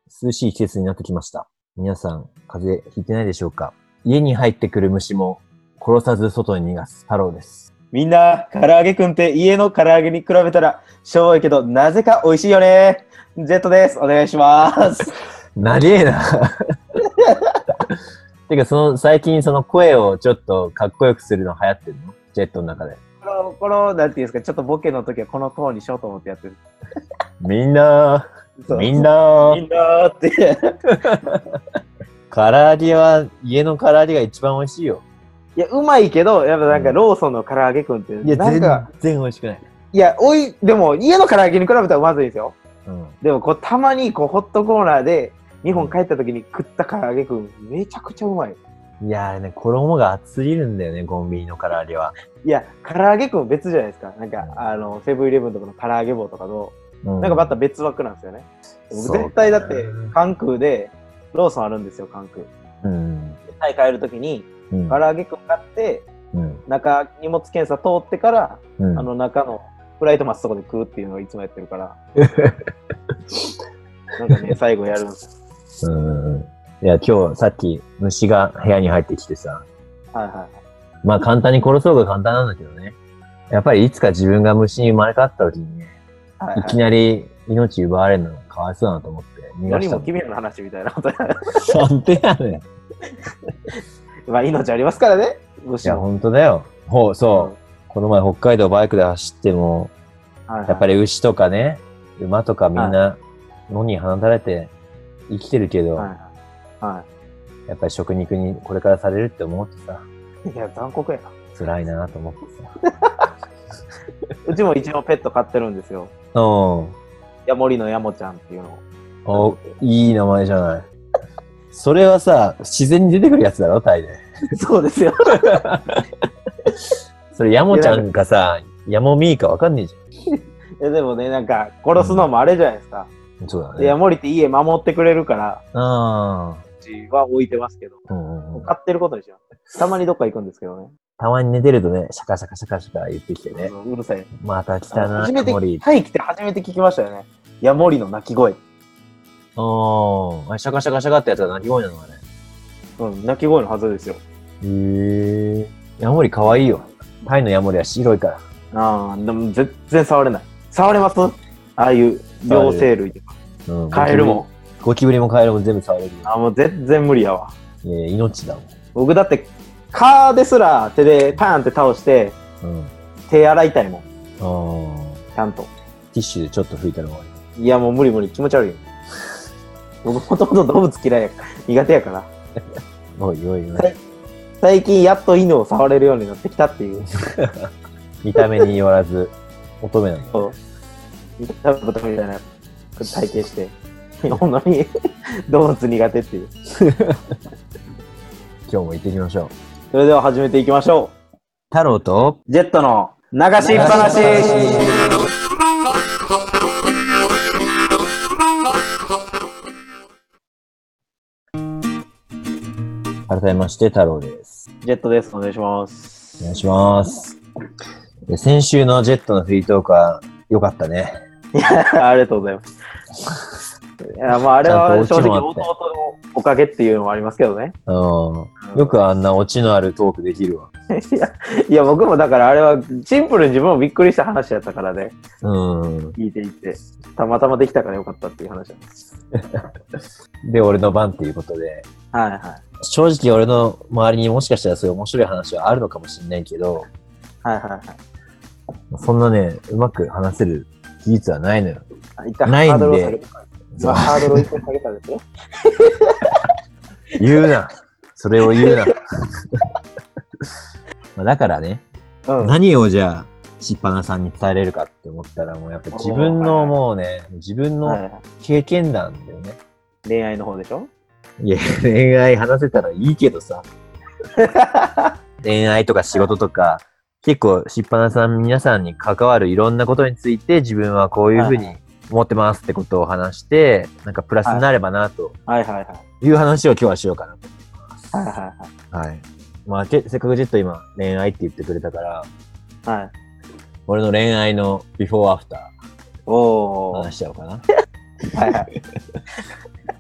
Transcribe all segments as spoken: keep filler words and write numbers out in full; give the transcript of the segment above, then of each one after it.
涼しい季節になってきました。皆さん、風邪ひいてないでしょうか？家に入ってくる虫も殺さず外に逃がす太郎です。 みんな、唐揚げくんって家の唐揚げに比べたらしょぼいけど、なぜか美味しいよね。ジェットです。お願いします。 なげえな。てか、その、最近その声をちょっとかっこよくするの流行ってるの？ジェットの中で。 この、この、なんていうんですか、ちょっとボケの時はこのトーンにしようと思ってやってる。 みんなー、みんなー、 みんなーって。 唐揚げは、家の唐揚げが一番美味しいよ。 いや、うまいけど、やっぱなんかローソンの唐揚げくんって、 いや、 なんか、 全然美味しくない。 いや、おい、でも家の唐揚げに比べたらまずいですよ。 うん。 でもこう、たまにこう、ホットコーナーで、日本帰った時に食った唐揚げくん、めちゃくちゃうまい。 いやーね、衣が厚すぎるんだよね、コンビニの唐揚げは。 いや、唐揚げくん別じゃないですか。なんか、あの、セブンイレブンとかの唐揚げ棒とかと、うん、なんかまた別枠なんですよね。僕絶対だって、関空で、ローソンあるんですよ、関空。うん。タイ帰る時に、うん、唐揚げくん買って、うん、中、荷物検査通ってから、うん、あの中のフライトマスとかで食うっていうのをいつもやってるから。なんかね、最後やるんですよ。うん。 いや、今日さっき虫が部屋に入ってきてさ。 はいはいはい。 まあ簡単に殺そうが簡単なんだけどね。やっぱりいつか自分が虫に生まれ変わった時にね、はいはい、いきなり命奪われるのがかわいそうだなと思って逃がした。 何も君らの話みたいなことや。 なんでやねん。 まあ命ありますからね。 虫いや、ほんとだよ。ほう、そう。うん、この前北海道バイクで走っても、はいはい、やっぱり牛とかね、馬とかみんな野に放たれて生きてるけど、はいはい、やっぱり食肉にこれからされるって思うとさ。 いや、残酷やな。 辛いなと思ってさ。 うちも一応ペット飼ってるんですよ。うん。ヤモリのヤモちゃんっていうのを。お、いい名前じゃない。それはさ、自然に出てくるやつだろ、タイで。 そうですよ。 それヤモちゃんかさ、ヤモミーかわかんねえじゃん。 いやでもね、なんか殺すのもあれじゃないですか。 うん、そうだね。 で、ヤモリって家守ってくれるから、あうちは置いてますけど、うんうん、飼ってることにします。たまにどっか行くんですけどね。 たまに寝てるとね、シャカシャカシャカシャカ言ってきてね。 うるさい。 また来たな、 初めて、タイ来て初めて聞きましたよね。ヤモリの鳴き声。 ああ、シャカシャカシャカってやつは鳴き声なのかね。 うん、鳴き声のはずですよ。 へえ。ヤモリ可愛いよ。タイのヤモリは白いから。 ああ、でも全然触れない。触れます？ああいう両生類とか。うん、カエルも。 ゴキブリもカエルも全部触れるよ。 あ、もう全然無理やわ。 いや、命だもん。 僕だって、蚊ですら手でパーンって倒して、うん、手洗いたいもん。ああ。ちゃんと。 ティッシュでちょっと拭いたら終わり。いや、もう無理無理。気持ち悪いよ。僕もともと動物嫌いやから、苦手やから。 おいおいおい。 最近やっと犬を触れるようになってきたっていう。 見た目によらず、乙女なんだ。そう。 見た目みたいな体型して、ほんまに動物苦手っていう。 今日も行ってきましょう。 それでは始めていきましょう。 太郎とジェットの流しっぱなし。 改めまして太郎です。 ジェットです。お願いします。 お願いします。先週のジェットのフリートークは良かったね。 いや、ありがとうございます。いや、まああれは正直弟のおかげっていうのもありますけどね。 うん。よくあんなオチのあるトークできるわ。 いや、いや僕もだからあれはシンプルに自分もびっくりした話やったからね。うん。聞いていて、たまたまできたからよかったっていう話なんです。 で、俺の番っていうことで。 はいはい。 正直俺の周りにもしかしたらそういう面白い話はあるのかもしれないけど。 はいはいはい。 そんなね、うまく話せる技術はないのよ。ないんで。 まあ、ハードルを一個下げたんですよ。 言うな。それを言うな。まあだからね、うん、何をじゃあ、しっぱなさんに伝えれるかって思ったら、もうやっぱ自分のもうね、自分の経験談だよね。 恋愛の方でしょ？ いや、恋愛話せたらいいけどさ。恋愛とか仕事とか、結構しっぱなさん皆さんに関わるいろんなことについて自分はこういうふうに思ってますってことを話して、なんかプラスになればなと。はいはいはい。いう話を今日はしようかなと思います。はいはいはい。はい。まあ、せっかくジェット今恋愛って言ってくれたから、はい。俺の恋愛のビフォーアフター。おー。話しちゃおうかな。はいはい。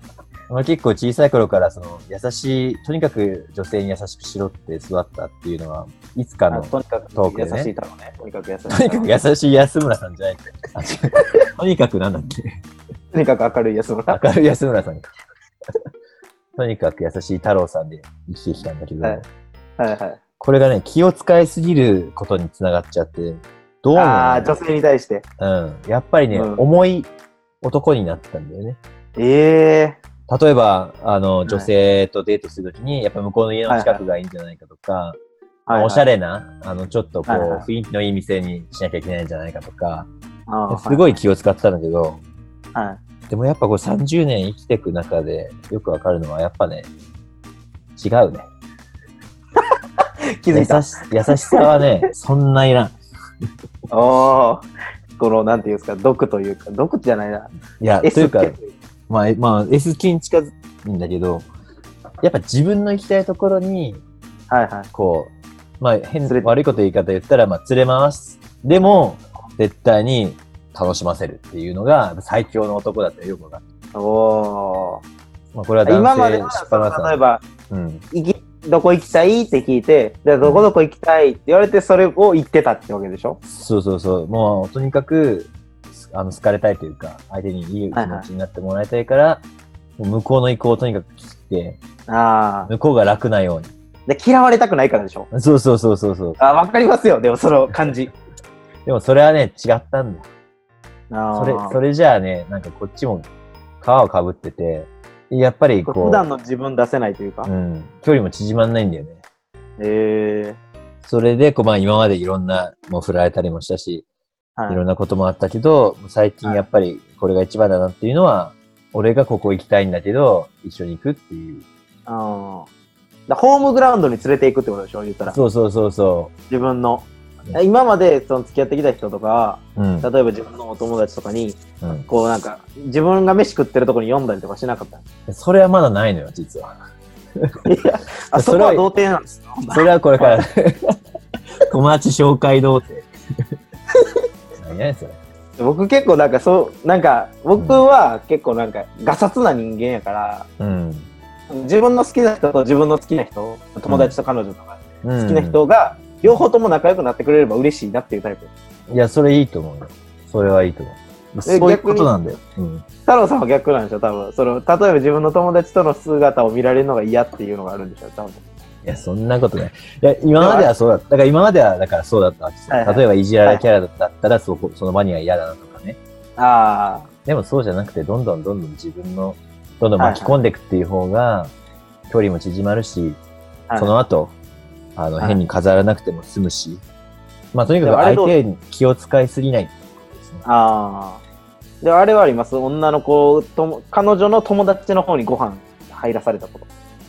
まあ、結構小さい頃からその優しい、とにかく女性に優しくしろって育ったっていうのは、いつかのトークでね。 優しい太郎ね。とにかく優しい。 とにかく優しい安村さんじゃないとにかくなんだっけ。 とにかく明るい安村。 明るい安村さんか。とにかく優しい太郎さんで生きてきたんだけど、 はいはいはい、 これがね、気を使いすぎることにつながっちゃって、どうも、ね、 ああ、女性に対して。 うん。やっぱりね、うん、重い男になったんだよね。 ええー。例えば、あの、はい、女性とデートするときに、やっぱ向こうの家の近くがいいんじゃないかとか、はいはい、おしゃれな、あの、ちょっとこう、はいはい、雰囲気のいい店にしなきゃいけないんじゃないかとか、すごい気を使ってたんだけど、はい、でもやっぱこうさんじゅうねん生きていく中でよくわかるのは、やっぱね、違うね。 気づいた。 優し、優しさはね、そんないらん。 おー、この、なんていうんですか、毒というか、毒じゃないな。 いや、というか、まあ、まあ、S 級に近づいんだけど、やっぱ自分の行きたいところに、はいはい。こう、まあ、変、悪いこと言い方言ったら、まあ、連れ回す。でも、絶対に楽しませるっていうのが、最強の男だったよ、よくわかる。 おー。 まあ、これは男性今までは、例えば、うん。行きどこ行きたいって聞いて、でどこどこ行きたいって言われて、それを言ってたってわけでしょ？ そうそうそう。もう、とにかく、あの、好かれたいというか、相手にいい気持ちになってもらいたいから、はいはい、向こうの意向をとにかく聞いて、あ向こうが楽なように。 で、嫌われたくないからでしょ？ そうそうそうそうそう。 あ、わかりますよ。でも、その感じ。 でも、それはね、違ったんだよ。あそれ、それじゃあね、なんかこっちも皮をかぶってて、やっぱりこう。 普段の自分出せないというか。 うん。距離も縮まんないんだよね。 へえ。 それで、こう、まあ今までいろんな、もう振られたりもしたし、はい、いろんなこともあったけど、最近やっぱりこれが一番だなっていうのは、はい、俺がここ行きたいんだけど、一緒に行くっていう。 ああ。だホームグラウンドに連れて行くってことでしょ、言ったら。 そうそうそうそう。 自分の。今までその付き合ってきた人とか、うん、例えば自分のお友達とかに、うん、こうなんか自分が飯食ってるところに読んだりとかしなかった。 それはまだないのよ、実は。 いや、あそこは童貞なんですよ。 それはこれから友達紹介童貞。何やねんそれ。 僕結構なんかそうなんか僕は結構なんかガサツな人間やから、うん、自分の好きな人と自分の好きな人、友達と彼女とか好きな人が、うん両方とも仲良くなってくれれば嬉しいなっていうタイプ。 いや、それいいと思うよ。それはいいと思う。そういうことなんだよ。うん、 太郎さんは逆なんでしょ、多分。その、例えば自分の友達との姿を見られるのが嫌っていうのがあるんでしょ、多分。いや、そんなことない。いや、今まではそうだった。だから今までは、だからそうだったわけですよ。はいはい、例えばいじられキャラだったら、はい、そ, その場には嫌だなとかね。ああ。でもそうじゃなくて、どんどんどんどん自分の、どんどん巻き込んでいくっていう方が、距離も縮まるし、はい、その後、あの、変に飾らなくても済むし、まあ、とにかく相手に気を使いすぎないってことですね。ああ。で、あれはあります？女の子と、彼女の友達の方にご飯入らされたこと。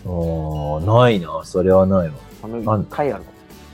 おー、ないな。それはないわ。 あの、一回ある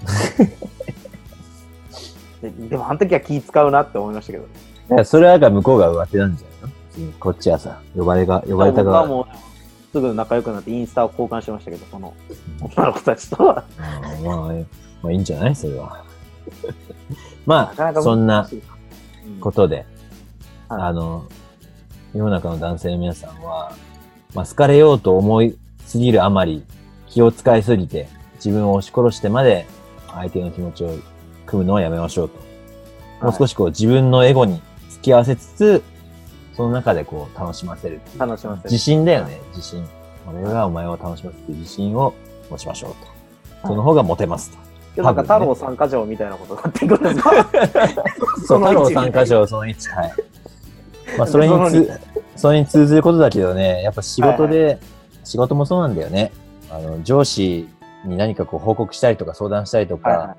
で。でも、あの時は気使うなって思いましたけどね。 いや、それはが向こうが上手なんじゃないの？こっちはさ、呼ばれが、呼ばれた側。 すぐ仲良くなってインスタを交換しましたけど、その女の子たちとは。 あまあ、まあいいんじゃないそれは。まあ、なかなかそんなことで、うん、あの、世の中の男性の皆さんは、まあ、好かれようと思いすぎるあまり、気を使いすぎて、自分を押し殺してまで、相手の気持ちを組むのはやめましょうと。もう少しこう、自分のエゴに付き合わせつつ、その中でこう楽しませるっていう。 楽しませる。 自信だよね、自信。俺がお前を楽しませるっていう自信を持ちましょうと。その方がモテますと。 はい、なんか太郎参加条みたいなことになってくるんですか？ そう、太郎参加条そのいち。はい。まあそれにつ、それに通ずることだけどね、やっぱ仕事で、はいはい、仕事もそうなんだよね。あの、上司に何かこう報告したりとか相談したりとか、はいはい、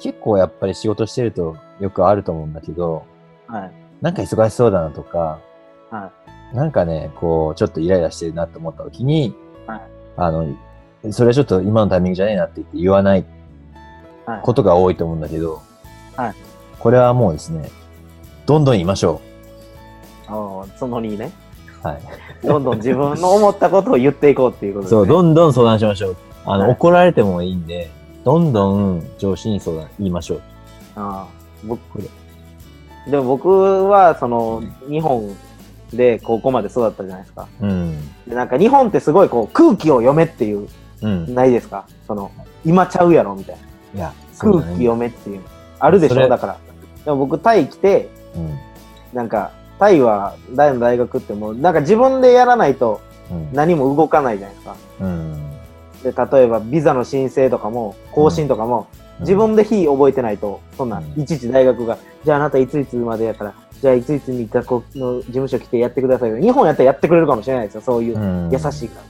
結構やっぱり仕事してるとよくあると思うんだけど、はい。なんか忙しそうだなとか、はい、なんかね、こう、ちょっとイライラしてるなと思った時に、はい、あの、それはちょっと今のタイミングじゃねえなって言って言わないことが多いと思うんだけど、はい、これはもうですね、どんどん言いましょう。ああ、そのにね。 はい。 どんどん自分の思ったことを言っていこうっていうことですね。 そう、どんどん相談しましょう。あの、はい、怒られてもいいんで、どんどん上司に相談言いましょう。 ああ、僕、でも僕は、その、日本で高校まで育ったじゃないですか。 うん、 でなんか日本ってすごいこう空気を読めっていう、うん、ないですか？その今ちゃうやろみたいな。いや、空気読めっていうあるでしょ。だからでも僕タイ来て、うん、なんかタイは大の大学ってもうなんか自分でやらないと何も動かないじゃないですか。うん、で例えばビザの申請とかも更新とかも、うん、自分で日覚えてないとそんな、うん、いちいち大学がじゃああなたいついつまでやからじゃあいついつに学校の事務所来てやってください。日本やったらやってくれるかもしれないですよ。そういう優しいから、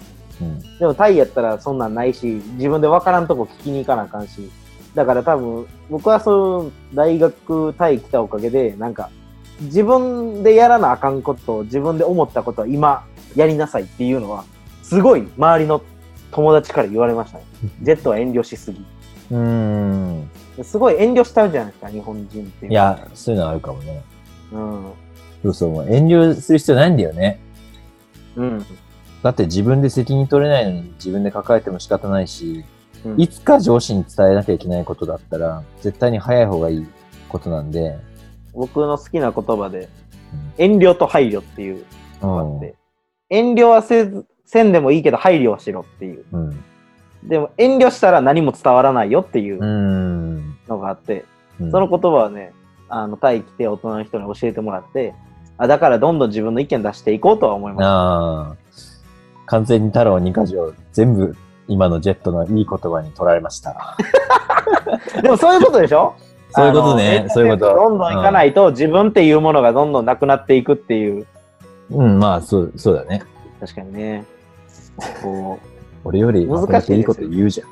うんうん、でもタイやったらそんなんないし自分で分からんとこ聞きに行かなあかんし、だから多分僕はそういう大学タイ来たおかげでなんか自分でやらなあかんことを自分で思ったことは今やりなさいっていうのはすごい周りの友達から言われましたね。ジェットは遠慮しすぎ。うーん。すごい遠慮しちゃうじゃないですか、日本人っていう。 いや、そういうのあるかもね。うん。そうそう、遠慮する必要ないんだよね。うん。だって自分で責任取れないのに自分で抱えても仕方ないし、うん、いつか上司に伝えなきゃいけないことだったら、絶対に早い方がいいことなんで。 僕の好きな言葉で、うん、遠慮と配慮っていうのがあって、うん、遠慮はせず、せんでもいいけど配慮はしろっていう、うん、でも遠慮したら何も伝わらないよっていうのがあって、うん、その言葉はねあのタイ来て大人の人に教えてもらって、あだからどんどん自分の意見出していこうとは思いました。あ完全に太郎にか条全部今のジェットのいい言葉に取られました。 でもそういうことでしょ。 そういうことね。そういうこと。 どんどんいかないと、うん、自分っていうものがどんどんなくなっていくっていう。 うんまあそうそうだね。 確かにね。こう俺より難しいいいこと言うじゃ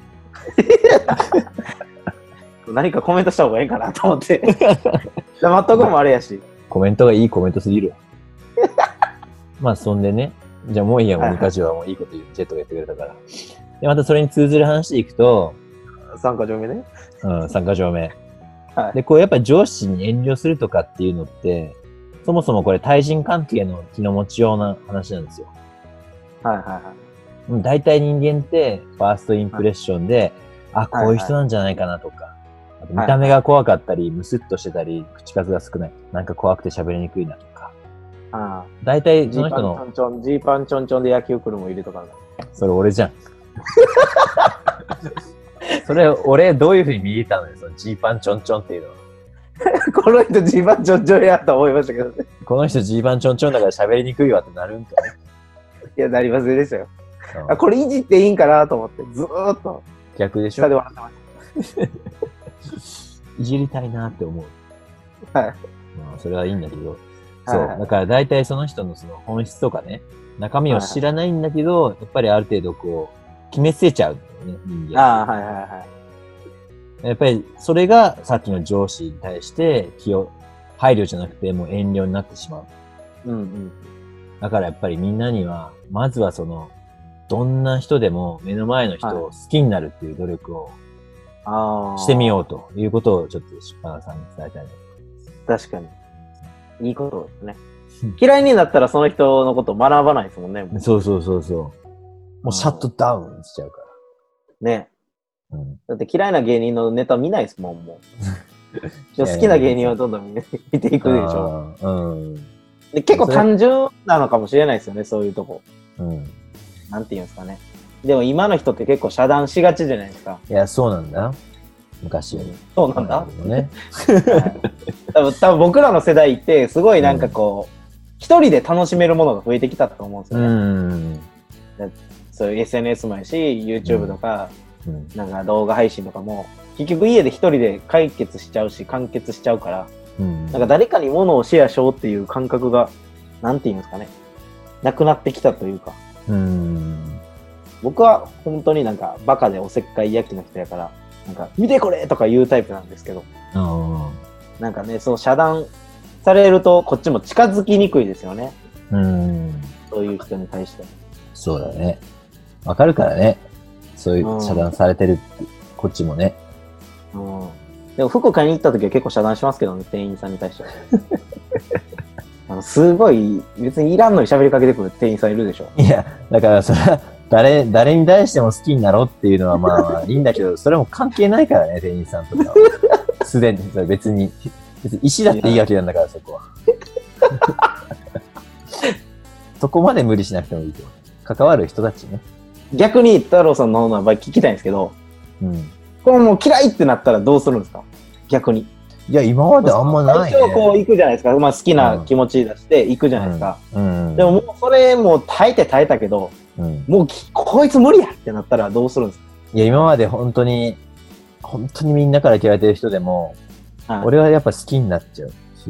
ん。何かコメントした方がいいかなと思って。黙っとくもあれやし。 コメントがいいコメントすぎる。まあそんでね。じゃあもういいや、もうにか条はもういいこと言う、ジェットが言ってくれたから。で、またそれに通ずる話でいくと、 さんか条目ね。 うん、さんか条目。はい。で、こうやっぱ上司に遠慮するとかっていうのって、そもそもこれ対人関係の気の持ちような話なんですよ。はいはいはい。大体人間ってファーストインプレッションで、はい、あ、こういう人なんじゃないかなとか、はいはい、あと見た目が怖かったり、ムスッとしてたり、口数が少ない、なんか怖くて喋りにくいなとか。ああ大体その人のジーパンちょんちょんで野球来るもいるとか。 それ俺じゃん。それ俺どういうふうに見えたのよ、そのジーパンちょんちょんっていうのは。 この人ジーパンちょんちょんやと思いましたけどね。 この人ジーパンちょんちょんだから喋りにくいわってなるんかね。 いや、なりますですよ。あ、これいじっていいんかなと思って、ずーっと。 逆でしょ。 下で笑ってました。 いじりたいなって思う。はい。まあ、それはいいんだけど。そう。はいはい、だから大体その人のその本質とかね、中身を知らないんだけど、はいはい、やっぱりある程度こう、決めつけちゃうんだよね、人間。ああ、はいはいはい。やっぱりそれがさっきの上司に対して気を、配慮じゃなくてもう遠慮になってしまう。うんうん。だからやっぱりみんなには、まずはその、どんな人でも目の前の人を好きになるっていう努力をしてみようということをちょっと出版さんに伝えたいなと思います。確かに。いいことですね。嫌いになったらその人のことを学ばないですもんね。 そうそうそうそう。もうシャットダウンしちゃうから。 ね。うん、だって嫌いな芸人のネタ見ないですもん、もう。好きな芸人はどんどん見ていくでしょ。うん、で結構単純なのかもしれないですよね、そういうとこ。うん、なんていうんですかね。でも今の人って結構遮断しがちじゃないですか。 いや、そうなんだ。昔より。 そうなんだ。ね。多分、多分僕らの世代ってすごいなんかこう、一、うん、人で楽しめるものが増えてきたと思うんですよね。うん、そういう エスエヌエス もやし、YouTube とか、うん、なんか動画配信とかも、結局家で一人で解決しちゃうし、完結しちゃうから、うん、なんか誰かに物をシェアしようっていう感覚が、なんていうんですかね、なくなってきたというか。うん、僕は本当になんかバカでおせっかい焼きの人やから、なんか見てこれとか言うタイプなんですけど、なんかね、そう遮断されるとこっちも近づきにくいですよね。うん、そういう人に対して。 そうだね。わかるからね。そういう遮断されてるって、うん、こっちもね。 うん。でも服買いに行った時は結構遮断しますけどね、店員さんに対しては。あのすごい別にいらんのに喋りかけてくる店員さんいるでしょ。 いや、だからそれは誰誰に対しても好きになろうっていうのはまあ、まあ、いいんだけど、それも関係ないからね、店員さんとかは。すでに別に別に石だっていいわけなんだから、そこは。 そこまで無理しなくてもいいと思う。関わる人たちね。 逆に太郎さんの方の場合聞きたいんですけど、うん、これもう嫌いってなったらどうするんですか？逆に。 いや、今まであんまないね。 最初こう行くじゃないですか。まあ好きな気持ち出して行くじゃないですか。うんうん、でももうそれもう耐えて耐えたけど、うん、もうこいつ無理やってなったらどうするんですか？ いや、今まで本当に、本当にみんなから嫌われてる人でも、はい、俺はやっぱ好きになっちゃうし。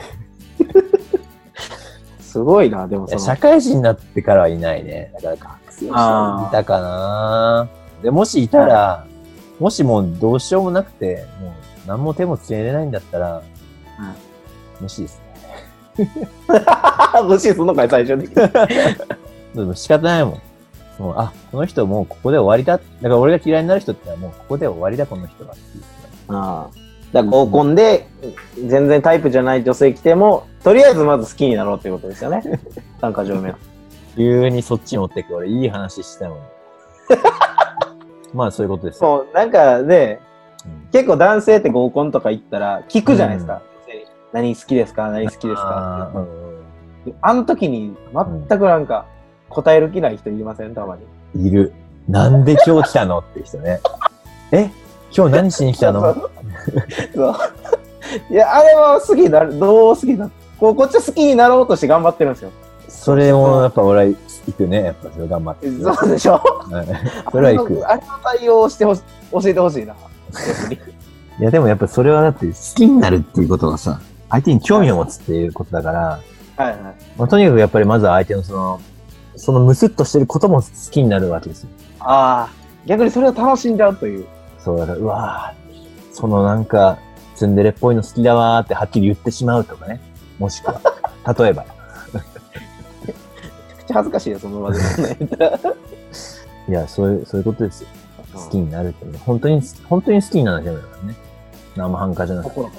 すごいな、でもその。 社会人になってからはいないね。だから学生時代いたかな。で、もしいたら、はい、もしもうどうしようもなくて、もう何も手もつけれないんだったら、うん、無視ですね。無視するのかい、最初に。 でも仕方ないもん。もう、あ、この人もうここで終わりだ。だから俺が嫌いになる人ってのはもうここで終わりだ、この人はっていう。 ああ。だから合コンで全然タイプじゃない女性来ても、とりあえずまず好きになろうっていうことですよね。参加条目は。 急にそっちに持ってく。俺いい話したのに。まあそういうことですよ。そう、なんかね、うん、結構男性って合コンとか行ったら聞くじゃないですか。うん、何好きですか何好きですかって。うん、あの時に全くなんか答える気ない人いません？たまに。いる。なんで今日来たのって人ね。え今日何しに来たの？ そういや、あれは好きになる、どう好きになるこう、こっちは好きになろうとして頑張ってるんですよ。 それもやっぱ俺は行くね、やっぱそれ頑張って。 そうでしょそれは行く。 あれの対応をしてほし、教えてほしいな。 いや、でもやっぱそれはだって好きになるっていうことはさ、相手に興味を持つっていうことだから、はいはいまあ、とにかくやっぱりまずは相手のその、そのムスッとしてることも好きになるわけですよ。 ああ、逆にそれを楽しんじゃうという。 そうだから、うわぁ、そのなんか、ツンデレっぽいの好きだわーってはっきり言ってしまうとかね。もしくは、例えば。 めちゃくちゃ恥ずかしいよ、その場で。 いや、そういう、そういうことですよ。好きになるってね。本当に、本当に好きにならなきゃダメだからね。生半可じゃなくて。心から。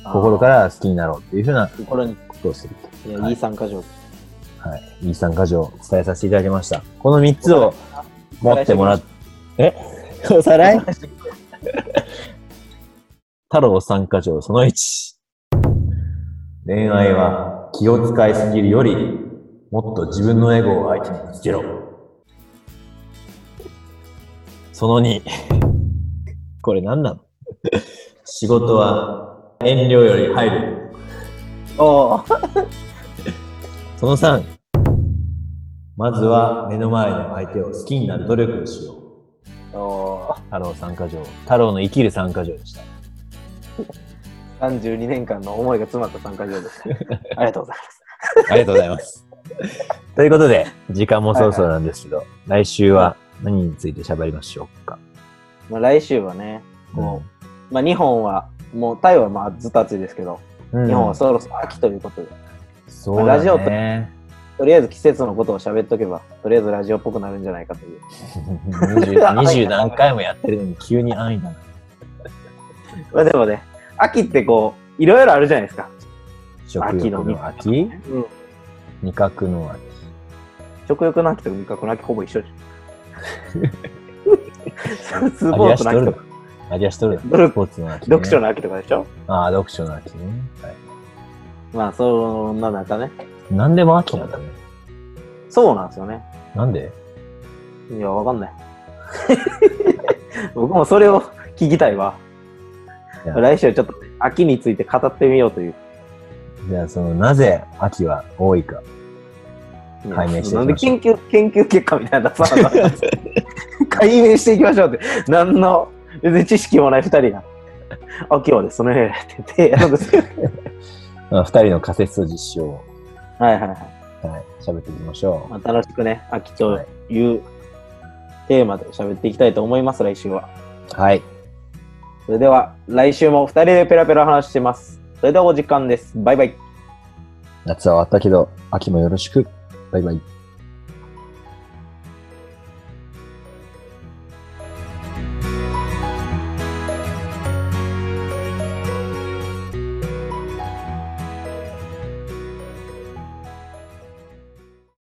心から好きになろうっていうふうなことをすると。いや、はい、いい参加条。 はい。いい参加条を伝えさせていただきました。このみっつを持ってもらって、えおさらい太郎参加条そのいち。恋愛は気を使いすぎるより、もっと自分のエゴを相手にぶつけろ。そのに。これ何なの仕事は遠慮より入る。おーそのさん。まずは目の前の相手を好きになる努力をしよう。お太郎参加条。太郎の生きる参加条でした。 さんじゅうにねんかんの思いが詰まった参加条です。ありがとうございます。 ありがとうございます。ということで、時間もそろそろなんですけど、はいはい、来週は何について喋りましょうか。 まあ、来週はね、こう、うん、まあ日本は、もうタイはまあずっと暑いですけど、うん、日本はそろそろ秋ということで、 そうだね、 まあ、ラジオと、とりあえず季節のことを喋っとけば、とりあえずラジオっぽくなるんじゃないかという。 にじゅう何回もやってるのに急に安易だな。 まあでもね、秋ってこう、いろいろあるじゃないですか。 食欲の秋、うん、味覚の秋。 食欲の秋と味覚の秋ほぼ一緒じゃん。スポーツの秋とか。 ありゃしとる。スポーツの秋、 ね。読書の秋とかでしょ。 ああ、読書の秋ね。はい、 まあ、そんな中ね。 何でも秋なんだね。 そうなんですよね。 なんで？ いや、わかんない。僕もそれを聞きたいわ。来週ちょっと秋について語ってみようという。 じゃあ、その、なぜ秋は多いか、解明していきましょう。 なんで研究、研究結果みたいなさ、解明していきましょうって、何の、全然知識もない二人が、秋はですね、って言ってやるんですけど。 二人の仮説と実証を。 はいはいはい。 はい、喋っていきましょう。 まあ、楽しくね、秋というテーマで喋っていきたいと思います、来週は。 はい。 それでは、来週も二人でペラペラ話してます。それではお時間です。バイバイ。 夏は終わったけど、秋もよろしく。バイバイ。